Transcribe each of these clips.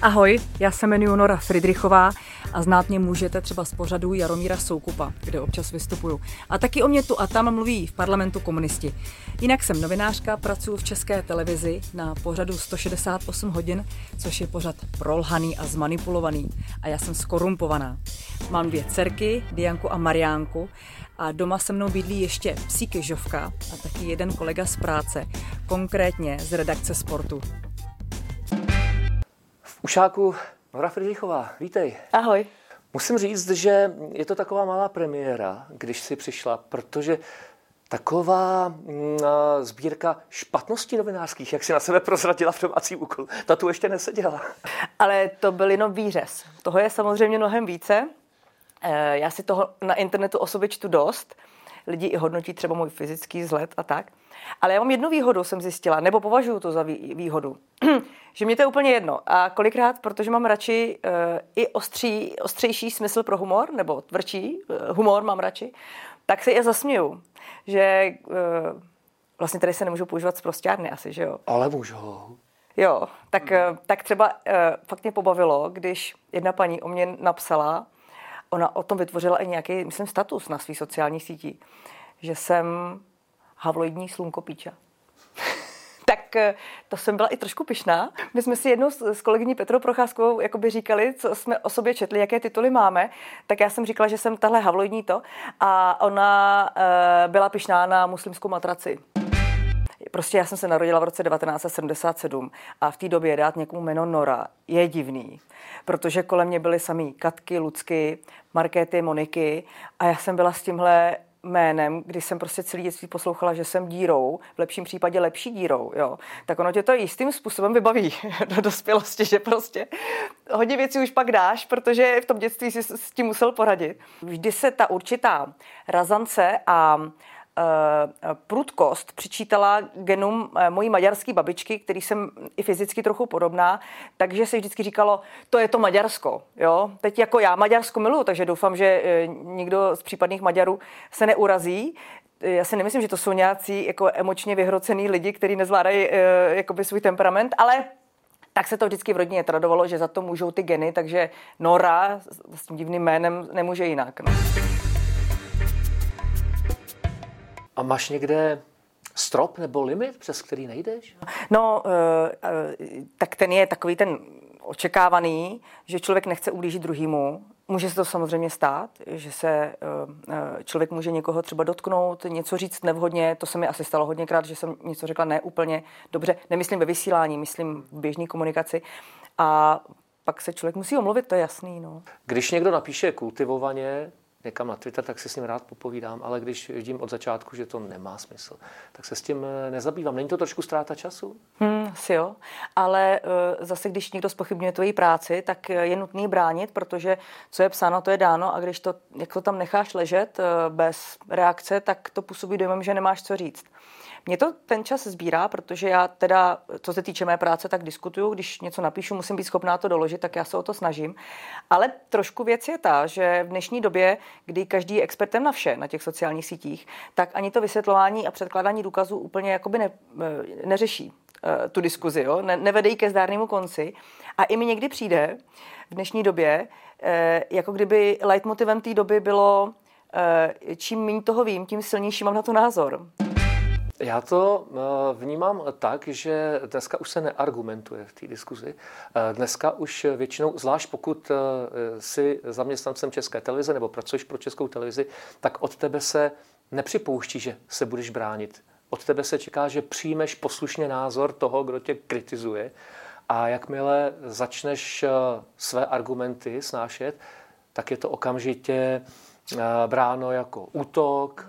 Ahoj, já se jmenuji Nora Fridrichová a znát mě můžete třeba z pořadu Jaromíra Soukupa, kde občas vystupuju. A taky o mě tu a tam mluví v parlamentu komunisti. Jinak jsem novinářka, pracuji v České televizi na pořadu 168 hodin, což je pořad prolhaný a zmanipulovaný. A já jsem skorumpovaná. Mám 2 dcerky, Dianku a Mariánku, a doma se mnou bydlí ještě psík Žovka a taky jeden kolega z práce, konkrétně z redakce Sportu. V ušáku Nora Fridrichová, vítej. Ahoj. Musím říct, že je to taková malá premiéra, když jsi přišla, protože taková sbírka špatností novinářských, jak si na sebe prozradila v domácím úkolu, ta tu ještě neseděla. Ale to byl jenom výřez. Toho je samozřejmě mnohem více. Já si toho na internetu o sobě čtu dost. Lidi i hodnotí třeba můj fyzický vzhled a tak. Ale já mám jednu výhodu, jsem zjistila, nebo považuji to za výhodu, že mě to je úplně jedno. A kolikrát, protože mám radši i ostřejší smysl pro humor, nebo tvrdší humor mám radši, tak se je zasměju. Že vlastně tady se nemůžu používat zprosťárny asi, že jo? Ale můžou. Jo, tak třeba fakt mě pobavilo, když jedna paní o mě napsala, ona o tom vytvořila i nějaký, myslím, status na svých sociálních sítích, že jsem havloidní slunkopíča. Tak to jsem byla i trošku pyšná. My jsme si jednou s kolegyní Petrou Procházkovou jakoby říkali, co jsme o sobě četli, jaké tituly máme, tak já jsem říkala, že jsem tahle havloidní to a ona byla pyšná na muslimskou matraci. Prostě já jsem se narodila v roce 1977 a v té době dát někomu jméno Nora je divný, protože kolem mě byly samý Katky, Lucky, Markéty, Moniky a já jsem byla s tímhle jménem, když jsem prostě celý dětství poslouchala, že jsem dírou, v lepším případě lepší dírou, jo, tak ono tě to jistým způsobem vybaví do dospělosti, že prostě hodně věcí už pak dáš, protože v tom dětství si s tím musel poradit. Vždy se ta určitá razance a prudkost přičítala genům mojí maďarské babičky, který jsem i fyzicky trochu podobná, takže se vždycky říkalo, to je to Maďarsko. Jo? Teď jako já Maďarsko miluju, takže doufám, že nikdo z případných Maďarů se neurazí. Já si nemyslím, že to jsou nějací jako emočně vyhrocený lidi, kteří nezvládají jakoby svůj temperament, ale tak se to vždycky v rodině tradovalo, že za to můžou ty geny, takže Nora s tím divným jménem nemůže jinak. No. A máš někde strop nebo limit, přes který nejdeš? No, tak ten je takový ten očekávaný, že člověk nechce ublížit druhýmu. Může se to samozřejmě stát, že se člověk může někoho třeba dotknout, něco říct nevhodně. To se mi asi stalo hodněkrát, že jsem něco řekla ne úplně dobře. Nemyslím ve vysílání, myslím v běžné komunikaci. A pak se člověk musí omluvit, to je jasný. No. Když někdo napíše kultivovaně někam na Twitter, tak si s ním rád popovídám, ale když vidím od začátku, že to nemá smysl, tak se s tím nezabývám. Není to trošku ztráta času? Asi jo, ale zase, když někdo zpochybňuje tvoji práci, tak je nutný bránit, protože co je psáno, to je dáno a když to, jak to tam necháš ležet bez reakce, tak to působí dojmem, že nemáš co říct. Mě to ten čas sbírá, protože já teda, co se týče mé práce, tak diskutuju, když něco napíšu, musím být schopná to doložit, tak já se o to snažím. Ale trošku věc je ta, že v dnešní době, kdy každý je expertem na vše na těch sociálních sítích, tak ani to vysvětlování a předkládání důkazů úplně jakoby neřeší tu diskuzi, jo? Nevede jí ke zdárnému konci. A i mi někdy přijde v dnešní době, jako kdyby leitmotivem té doby bylo, čím méně toho vím, tím silnější mám na to názor. Já to vnímám tak, že dneska už se neargumentuje v té diskuzi. Dneska už většinou, zvlášť pokud jsi zaměstnancem České televize nebo pracuješ pro Českou televizi, tak od tebe se nepřipouští, že se budeš bránit. Od tebe se čeká, že přijmeš poslušně názor toho, kdo tě kritizuje. A jakmile začneš své argumenty snášet, tak je to okamžitě bráno jako útok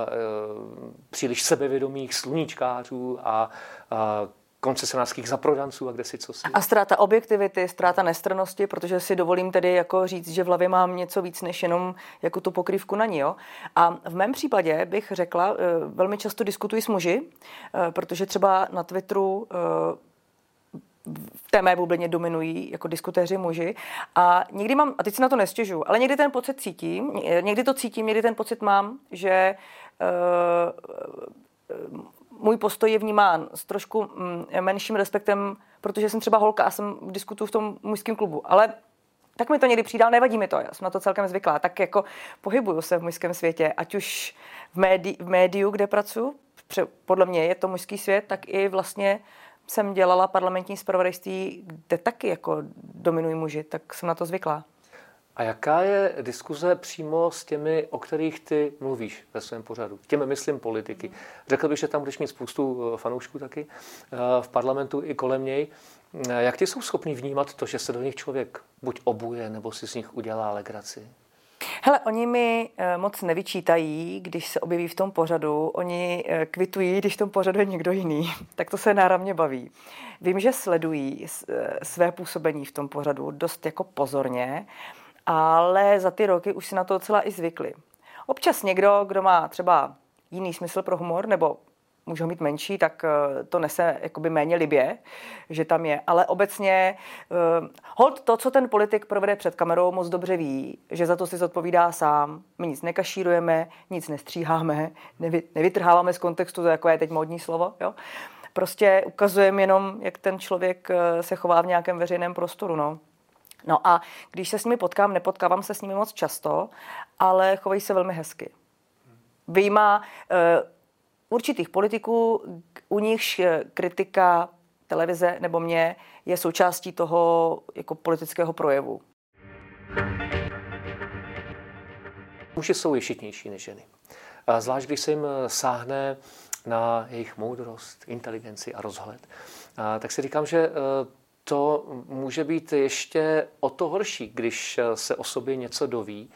příliš sebevědomých sluníčkářů a koncesionářských zaprodanců a kdesi cosi. A ztráta objektivity, ztráta nestrannosti, protože si dovolím tedy jako říct, že v hlavě mám něco víc než jenom jako tu pokrývku na ní. Jo? A v mém případě bych řekla, velmi často diskutuji s muži, protože třeba na Twitteru v té mé bublině dominují jako diskutéři muži a někdy mám, a teď si na to nestěžuju, ale někdy ten pocit cítím, někdy to cítím, někdy ten pocit mám, že můj postoj je vnímán s trošku menším respektem, protože jsem třeba holka a diskutuju v tom mužském klubu, ale tak mi to někdy přijde, ale nevadí mi to, já jsem na to celkem zvyklá, tak jako pohybuju se v mužském světě, ať už v médiu, kde pracuji, podle mě je to mužský svět, tak i vlastně jsem dělala parlamentní zpravodajství, kde taky jako dominují muži, tak jsem na to zvyklá. A jaká je diskuze přímo s těmi, o kterých ty mluvíš ve svém pořadu? Těmi myslím politiky. Řekl bych, že tam budeš mít spoustu fanoušků taky v parlamentu i kolem něj. Jak ty jsou schopni vnímat to, že se do nich člověk buď obuje, nebo si z nich udělá legraci? Hele, oni mi moc nevyčítají, když se objeví v tom pořadu. Oni kvitují, když v tom pořadu je někdo jiný. Tak to se náramně baví. Vím, že sledují své působení v tom pořadu dost jako pozorně, ale za ty roky už si na to docela i zvykli. Občas někdo, kdo má třeba jiný smysl pro humor, nebo může ho mít menší, tak to nese jakoby méně libě, že tam je. Ale obecně holt to, co ten politik provede před kamerou, moc dobře ví, že za to si zodpovídá sám. My nic nekašírujeme, nic nestříháme, nevytrháváme z kontextu, to je takové teď módní slovo. Jo? Prostě ukazujeme jenom, jak ten člověk se chová v nějakém veřejném prostoru. No a když se s nimi nepotkávám se s nimi moc často, ale chovají se velmi hezky. Vyjma určitých politiků, u nichž kritika televize nebo mě je součástí toho jako politického projevu. Muži jsou ješitnější než ženy. Zvlášť, když se jim sáhne na jejich moudrost, inteligenci a rozhled. Tak si říkám, že to může být ještě o to horší, když se o sobě něco doví,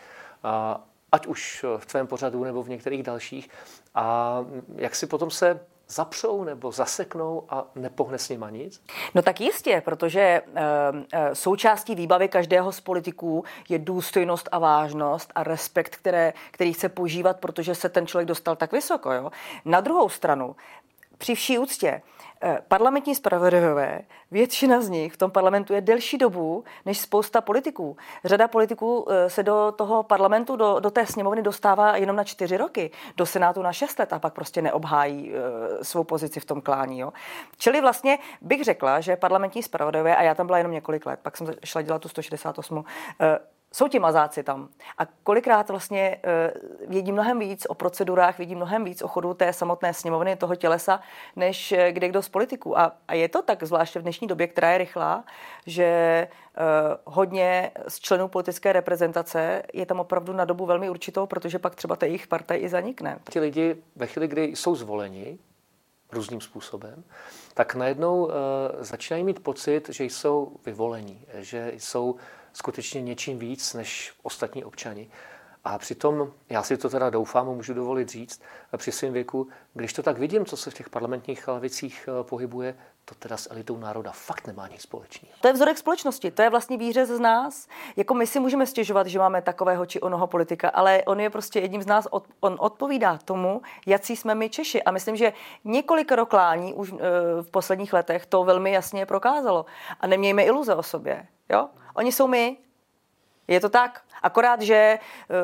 ať už v tvém pořadu nebo v některých dalších, a jak si potom se zapřou nebo zaseknou a nepohne s nima nic? No tak jistě, protože součástí výbavy každého z politiků je důstojnost a vážnost a respekt, který chce požívat, protože se ten člověk dostal tak vysoko. Jo? Na druhou stranu, při vší úctě, parlamentní zpravodajové, většina z nich v tom parlamentu je delší dobu než spousta politiků. Řada politiků se do toho parlamentu, do té sněmovny dostává jenom na 4 roky, do Senátu na 6 let a pak prostě neobhájí svou pozici v tom klání. Jo. Čili vlastně bych řekla, že parlamentní zpravodajové, a já tam byla jenom několik let, pak jsem šla dělat tu 168, jsou ti mazáci tam. A kolikrát vlastně vědí mnohem víc o procedurách, vědí mnohem víc o chodu té samotné sněmovny, toho tělesa, než kdekdo z politiků. A je to tak, zvláště v dnešní době, která je rychlá, že hodně z členů politické reprezentace je tam opravdu na dobu velmi určitou, protože pak třeba ta jejich partaj i zanikne. Ti lidi ve chvíli, kdy jsou zvoleni různým způsobem, tak najednou začínají mít pocit, že jsou vyvolení, že jsou skutečně něčím víc než ostatní občani. A přitom, já si to teda doufám, můžu dovolit říct, při svém věku, když to tak vidím, co se v těch parlamentních lavicích pohybuje, to teda s elitou národa fakt nemá nic společného. To je vzorek společnosti, to je vlastně výřez z nás. Jako my si můžeme stěžovat, že máme takového či onoho politika, ale on je prostě jedním z nás, on odpovídá tomu, jací jsme my Češi. A myslím, že několik roklání už v posledních letech to velmi jasně prokázalo. A nemějme iluze o sobě. Jo? Oni jsou my. Je to tak. Akorát, že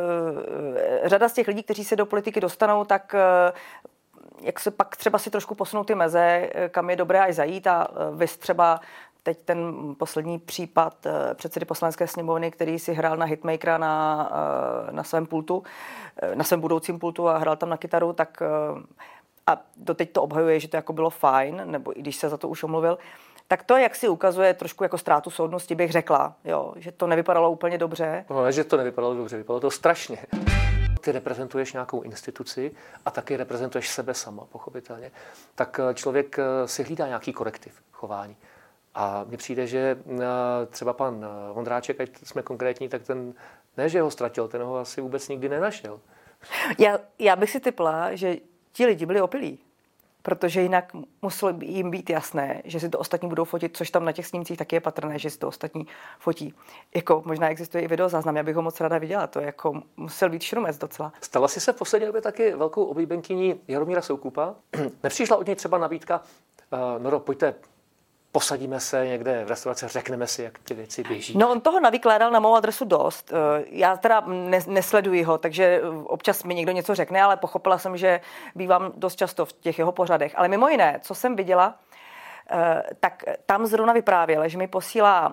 řada z těch lidí, kteří se do politiky dostanou, tak jak se pak třeba si trošku posunou ty meze, kam je dobré až zajít, a vys třeba teď ten poslední případ předsedy Poslanecké sněmovny, který si hrál na hitmakera na svém pultu, na svém budoucím pultu a hrál tam na kytaru, tak a doteď to obhajuje, že to jako bylo fajn, nebo i když se za to už omluvil, tak to, jak si ukazuje trošku jako ztrátu soudnosti, bych řekla, jo, že to nevypadalo úplně dobře. No, ne, že to nevypadalo dobře, vypadalo to strašně. Ty reprezentuješ nějakou instituci a taky reprezentuješ sebe sama, pochopitelně. Tak člověk si hlídá nějaký korektiv chování. A mně přijde, že třeba pan Vondráček, ať jsme konkrétní, tak ten, ne, že ho ztratil, ten ho asi vůbec nikdy nenašel. Já bych si tipla, že ti lidi byli opilí. Protože jinak muselo jim být jasné, že si to ostatní budou fotit, což tam na těch snímcích taky je patrné, že si to ostatní fotí. Jako možná existuje i videozáznam, já bych ho moc ráda viděla, to jako musel být šrumec docela. Stala si se v poslední době taky velkou oblíbenkyní Jaromíra Soukupa. Nepřišla od něj třeba nabídka, Noro, pojďte posadíme se někde v restauraci, řekneme si, jak ty věci běží. No, on toho navykládal na mou adresu dost. Já teda nesleduji ho, takže občas mi někdo něco řekne, ale pochopila jsem, že bývám dost často v těch jeho pořadech. Ale mimo jiné, co jsem viděla, tak tam zrovna vyprávěl, že mi posílá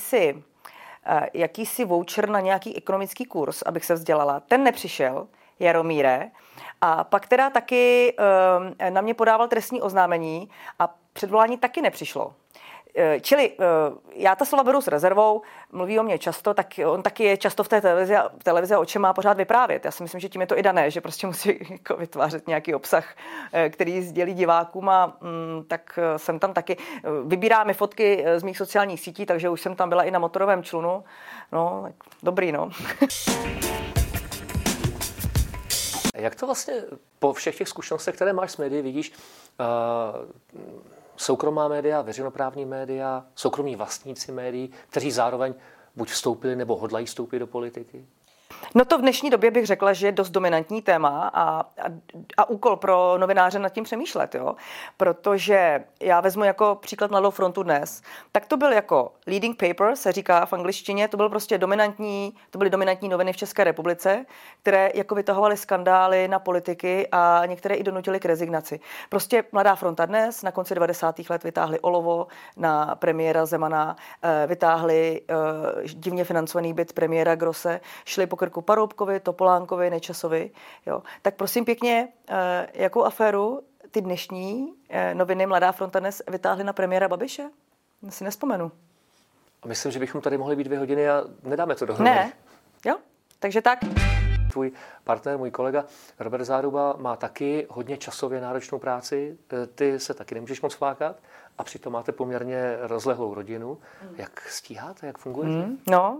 jakýsi voucher na nějaký ekonomický kurz, abych se vzdělala. Ten nepřišel, Jaromíre, a pak teda taky na mě podával trestní oznámení a předvolání taky nepřišlo. Čili já ta slova beru s rezervou, mluví o mě často, tak on taky je často v té televizi o čem má pořád vyprávět. Já si myslím, že tím je to i dané, že prostě musí jako vytvářet nějaký obsah, který sdělí divákům a tak jsem tam taky. Vybírá mi fotky z mých sociálních sítí, takže už jsem tam byla i na motorovém člunu. No, tak dobrý, no. Jak to vlastně po všech těch zkušenostech, které máš s médií, vidíš, soukromá média, veřejnoprávní média, soukromí vlastníci médií, kteří zároveň buď vstoupili nebo hodlají vstoupit do politiky? No to v dnešní době bych řekla, že je dost dominantní téma a úkol pro novináře nad tím přemýšlet, jo? Protože já vezmu jako příklad Mladou frontu Dnes, tak to byl jako leading paper, se říká v angličtině, to byly dominantní noviny v České republice, které jako vytahovaly skandály na politiky a některé i donutily k rezignaci. Prostě Mladá fronta Dnes na konci 90. let vytáhli olovo na premiéra Zemana, vytáhli divně financovaný byt premiéra Grosse, šli po krku Paroubkovi, Topolánkovi, Nečasovi. Jo. Tak prosím pěkně, jakou aféru ty dnešní noviny Mladá fronta Dnes vytáhly na premiéra Babiše? Si nespomenu. Myslím, že bychom tady mohli být 2 hodiny a nedáme to dohromady. Ne, jo, takže tak. Tvůj partner, můj kolega Robert Záruba má taky hodně časově náročnou práci. Ty se taky nemůžeš moc flákat a přitom máte poměrně rozlehlou rodinu. Jak stíháte, jak fungujete? No,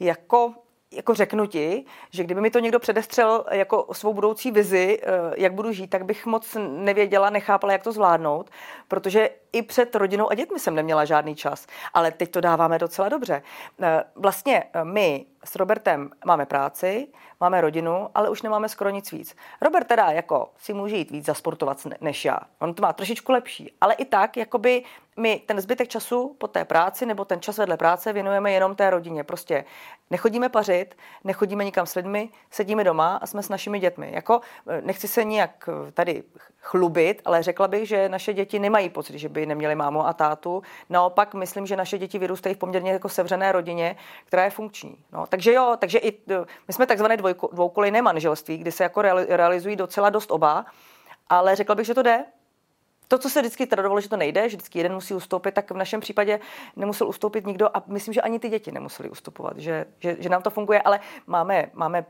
jako řeknu ti, že kdyby mi to někdo předestřel jako svou budoucí vizi, jak budu žít, tak bych moc nevěděla, nechápala, jak to zvládnout, protože i před rodinou a dětmi jsem neměla žádný čas. Ale teď to dáváme docela dobře. Vlastně my s Robertem máme práci, máme rodinu, ale už nemáme skoro nic víc. Robert teda jako si může jít víc zasportovat než já. On to má trošičku lepší, ale i tak, jakoby my ten zbytek času po té práci nebo ten čas vedle práce věnujeme jenom té rodině. Prostě nechodíme pařit, nechodíme nikam s lidmi, sedíme doma a jsme s našimi dětmi. Jako nechci se nijak tady chlubit, ale řekla bych, že naše děti nemají pocit, že by neměli mámu a tátu. Naopak myslím, že naše děti vyrůstají v poměrně jako sevřené rodině, která je funkční. No, takže i my jsme takzvané dvoukolejné manželství, kdy se jako realizují docela dost oba, ale řekla bych, že to jde. To, co se vždycky tradovalo, že to nejde, že vždycky jeden musí ustoupit, tak v našem případě nemusel ustoupit nikdo a myslím, že ani ty děti nemuseli ustupovat, že nám to funguje, ale máme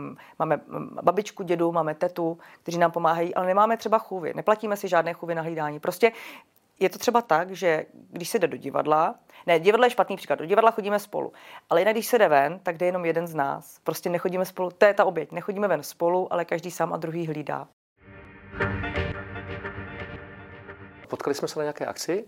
babičku, dědu, máme tetu, kteří nám pomáhají, ale nemáme třeba chůvy, neplatíme si žádné chůvy na hlídání. Prostě je to třeba tak, že když se jde do divadla, divadlo je špatný příklad, do divadla chodíme spolu, ale jinak když se jde ven, tak jde jenom jeden z nás. Prostě nechodíme spolu, to je ta oběť, nechodíme ven spolu, ale každý sám a druhý hlídá. Potkali jsme se na nějaké akci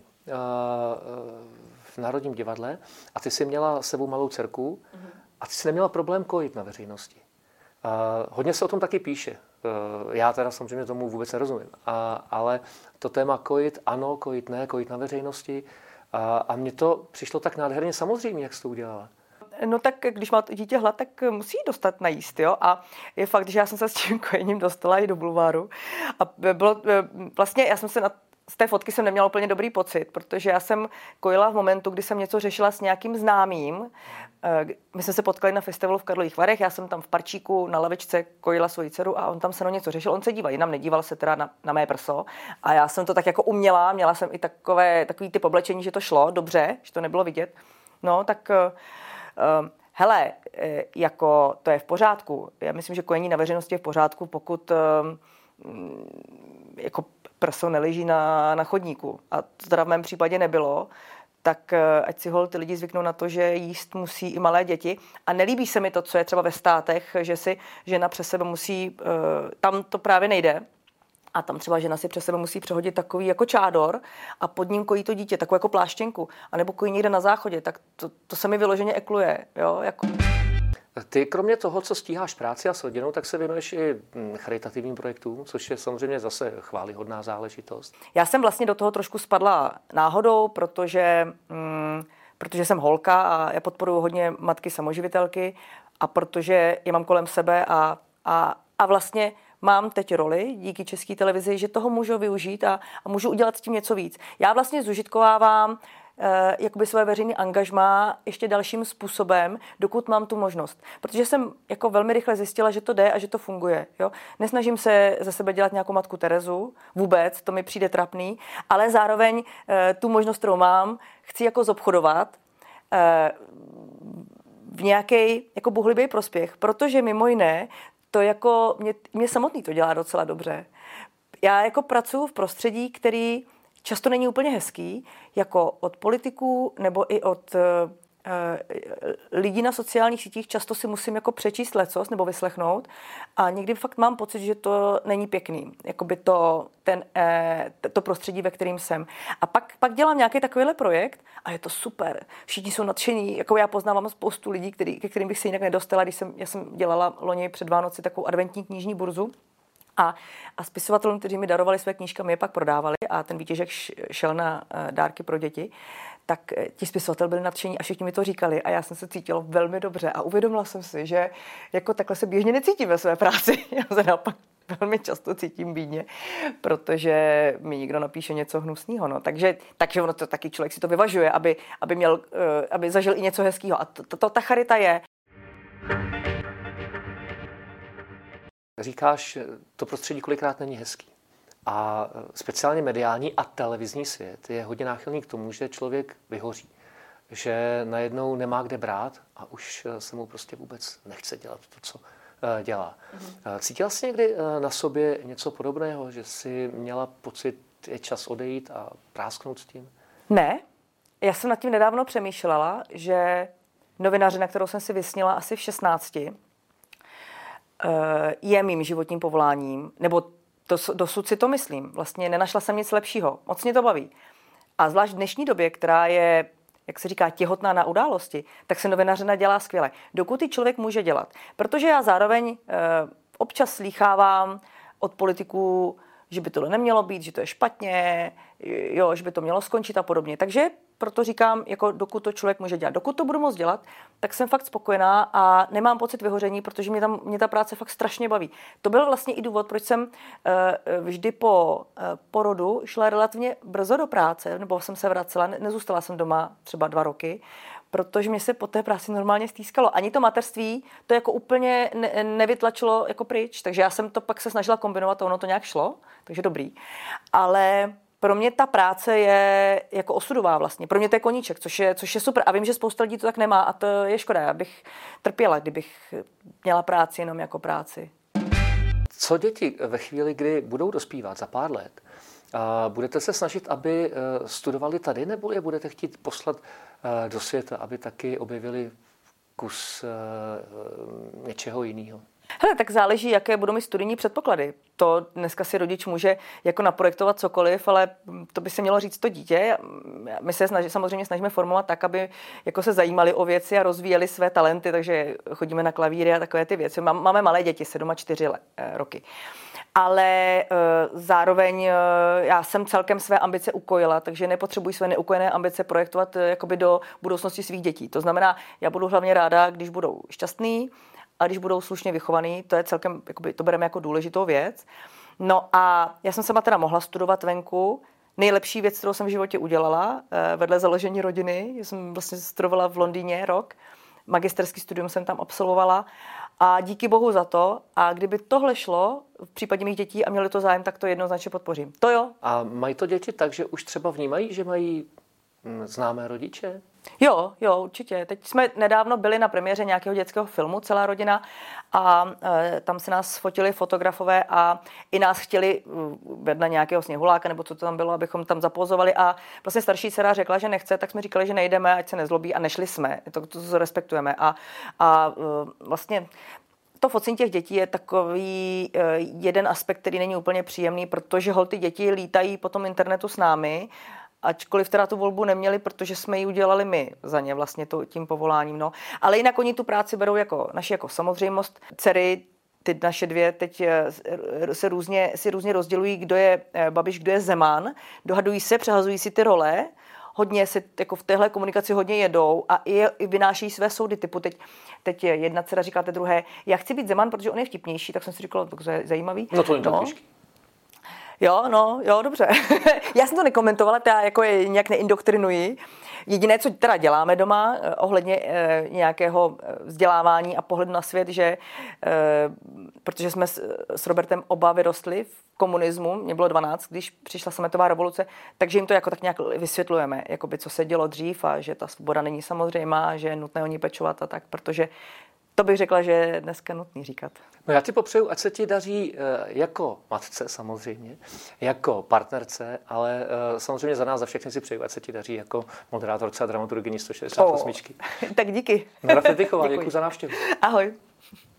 v Národním divadle a ty jsi měla s sebou malou dcerku a ty jsi neměla problém kojit na veřejnosti. Hodně se o tom taky píše. Já teda samozřejmě tomu vůbec nerozumím. Ale to téma kojit ano, kojit ne, kojit na veřejnosti. A mně to přišlo tak nádherně samozřejmě, jak jsi to udělala. No tak když má dítě hlad, tak musí dostat najíst, jo. A je fakt, že já jsem se s tím kojením dostala i do bulváru. A bylo vlastně, já jsem se z té fotky jsem neměla úplně dobrý pocit, protože já jsem kojila v momentu, kdy jsem něco řešila s nějakým známým. My jsme se potkali na festivalu v Karlových Varech, já jsem tam v parčíku na lavičce kojila svoji dceru a on tam se na něco řešil. On se díval, jinam nedíval se teda na mé prso a já jsem to tak jako uměla, měla jsem i takový typ oblečení, že to šlo dobře, že to nebylo vidět. No tak hele, jako to je v pořádku. Já myslím, že kojení na veřejnosti je v pořádku, pokud jako prso neleží na chodníku. A to teda v mém případě nebylo, tak ať si holt ty lidi zvyknou na to, že jíst musí i malé děti. A nelíbí se mi to, co je třeba ve státech, že si žena přes sebe musí, tam to právě nejde, a tam třeba žena si přes sebe musí přehodit takový jako čádor a pod ním kojí to dítě, takovou jako pláštěnku, anebo kojí někde na záchodě, tak to se mi vyloženě ekluje. Jo? Jako. Ty kromě toho, co stíháš práci a s rodinou, tak se věnuješ i charitativním projektům, což je samozřejmě zase chvályhodná záležitost. Já jsem vlastně do toho trošku spadla náhodou, protože jsem holka a já podporuji hodně matky samoživitelky a protože je mám kolem sebe a vlastně mám teď roli díky České televizi, že toho můžu využít a můžu udělat s tím něco víc. Já vlastně zužitkovávám jakoby své veřejné angažmá ještě dalším způsobem, dokud mám tu možnost. Protože jsem jako velmi rychle zjistila, že to jde a že to funguje. Jo? Nesnažím se ze sebe dělat nějakou matku Terezu, vůbec, to mi přijde trapný, ale zároveň tu možnost, kterou mám, chci jako zobchodovat v nějaký jako bohulibý prospěch, protože mimo jiné to jako mě samotný to dělá docela dobře. Já jako pracuji v prostředí, který často není úplně hezký, jako od politiků nebo i od lidí na sociálních sítích často si musím jako přečíst lecos nebo vyslechnout a někdy fakt mám pocit, že to není pěkný, jakoby to prostředí, ve kterým jsem. A pak dělám nějaký takovýhle projekt a je to super. Všichni jsou nadšení, jako já poznávám spoustu lidí, ke kterým bych se jinak nedostala, já jsem dělala loni před Vánoci takovou adventní knižní burzu. A spisovatelům, kteří mi darovali své knížky, mi je pak prodávali a ten výtěžek šel na dárky pro děti, tak ti spisovatelé byli nadšení a všichni mi to říkali a já jsem se cítila velmi dobře a uvědomila jsem si, že jako takhle se běžně necítím ve své práci. Já se naopak velmi často cítím bídně, protože mi někdo napíše něco hnusného. No. Takže ono to taky člověk si to vyvažuje, aby zažil i něco hezkého. A ta charita je. Říkáš, to prostředí kolikrát není hezký. A speciálně mediální a televizní svět je hodně náchylný k tomu, že člověk vyhoří. Že najednou nemá kde brát a už se mu prostě vůbec nechce dělat to, co dělá. Cítila jsi někdy na sobě něco podobného, že jsi měla pocit, je čas odejít a prásknout s tím? Ne. Já jsem nad tím nedávno přemýšlela, že novinařina, kterou jsem si vysnila asi v 16, je mým životním povoláním, nebo dosud si to myslím. Vlastně nenašla jsem nic lepšího. Moc mě to baví. A zvlášť v dnešní době, která je, jak se říká, těhotná na události, tak se novinařina dělá skvěle. Dokud ji člověk může dělat. Protože já zároveň občas slýchávám od politiků, že by tohle nemělo být, že to je špatně, jo, že by to mělo skončit a podobně. Takže proto říkám, jako dokud to člověk může dělat. Dokud to budu moct dělat, tak jsem fakt spokojená a nemám pocit vyhoření, protože mě ta práce fakt strašně baví. To byl vlastně i důvod, proč jsem vždy po porodu šla relativně brzo do práce, nebo jsem se vracela, nezůstala jsem doma třeba 2 roky, protože mě se po té práci normálně stýskalo. Ani to mateřství to jako úplně nevytlačilo jako pryč, takže já jsem to pak se snažila kombinovat a ono to nějak šlo, takže dobrý. Ale pro mě ta práce je jako osudová vlastně. Pro mě to je koníček, což je super. A vím, že spousta lidí to tak nemá a to je škoda. Já bych trpěla, kdybych měla práci jenom jako práci. Co děti ve chvíli, kdy budou dospívat za pár let? Budete se snažit, aby studovali tady, nebo je budete chtít poslat do světa, aby taky objevili kus něčeho jiného? Hele, tak záleží, jaké budou mít studijní předpoklady. To dneska si rodič může jako naprojektovat cokoliv, ale to by se mělo říct to dítě. My se samozřejmě snažíme formovat tak, aby jako se zajímali o věci a rozvíjeli své talenty, takže chodíme na klavíry a takové ty věci. Máme malé děti, 7 a 4 roky. Ale zároveň já jsem celkem své ambice ukojila, takže nepotřebuji své neukojené ambice projektovat jakoby do budoucnosti svých dětí. To znamená, já budu hlavně ráda, když budou šťastný, a když budou slušně vychovaný, to je celkem, jakoby, to bereme jako důležitou věc. No a já jsem sama teda mohla studovat venku. Nejlepší věc, kterou jsem v životě udělala, vedle založení rodiny, jsem vlastně studovala v Londýně rok, magisterský studium jsem tam absolvovala a díky bohu za to. A kdyby tohle šlo v případě mých dětí a měli to zájem, tak to jednoznačně podpořím. To jo. A mají to děti tak, že už třeba vnímají, že mají známé rodiče? Jo, určitě. Teď jsme nedávno byli na premiéře nějakého dětského filmu, celá rodina, a tam se nás fotili fotografové a i nás chtěli vedle nějakého sněhuláka, nebo co to tam bylo, abychom tam zapozovali a vlastně starší dcera řekla, že nechce, tak jsme říkali, že nejdeme, ať se nezlobí a nešli jsme. To respektujeme a vlastně to focení těch dětí je takový jeden aspekt, který není úplně příjemný, protože holt ty děti lítají po tom internetu s námi ačkoliv teda tu volbu neměli, protože jsme ji udělali my za ně vlastně tím povoláním. No. Ale jinak oni tu práci berou jako naši jako samozřejmost. Dcery, ty naše dvě teď si různě rozdělují, kdo je Babiš, kdo je Zeman. Dohadují se, přehazují si ty role. Hodně se jako v téhle komunikaci hodně jedou a i vynáší své soudy typu teď jedna dcera říká té druhé, já chci být Zeman, protože on je vtipnější, tak jsem si říkala, to je zajímavý. No to je tak těžký. Jo, dobře. Já jsem to nekomentovala, já jako je nějak neindoktrinuji. Jediné, co teda děláme doma ohledně nějakého vzdělávání a pohledu na svět, že protože jsme s Robertem oba vyrostli v komunismu, mě bylo 12, když přišla sametová revoluce, takže jim to jako tak nějak vysvětlujeme, jakoby, co se dělo dřív a že ta svoboda není samozřejmá, že je nutné o ní pečovat a tak, protože to bych řekla, že je dneska nutný říkat. No já ti popřeju, ať se ti daří jako matce samozřejmě, jako partnerce, ale samozřejmě za nás, za všechny si přeju, ať se ti daří jako moderátorce a dramaturgyni 168. Tak díky. Nora Fridrichová, děkuji za návštěvu. Ahoj.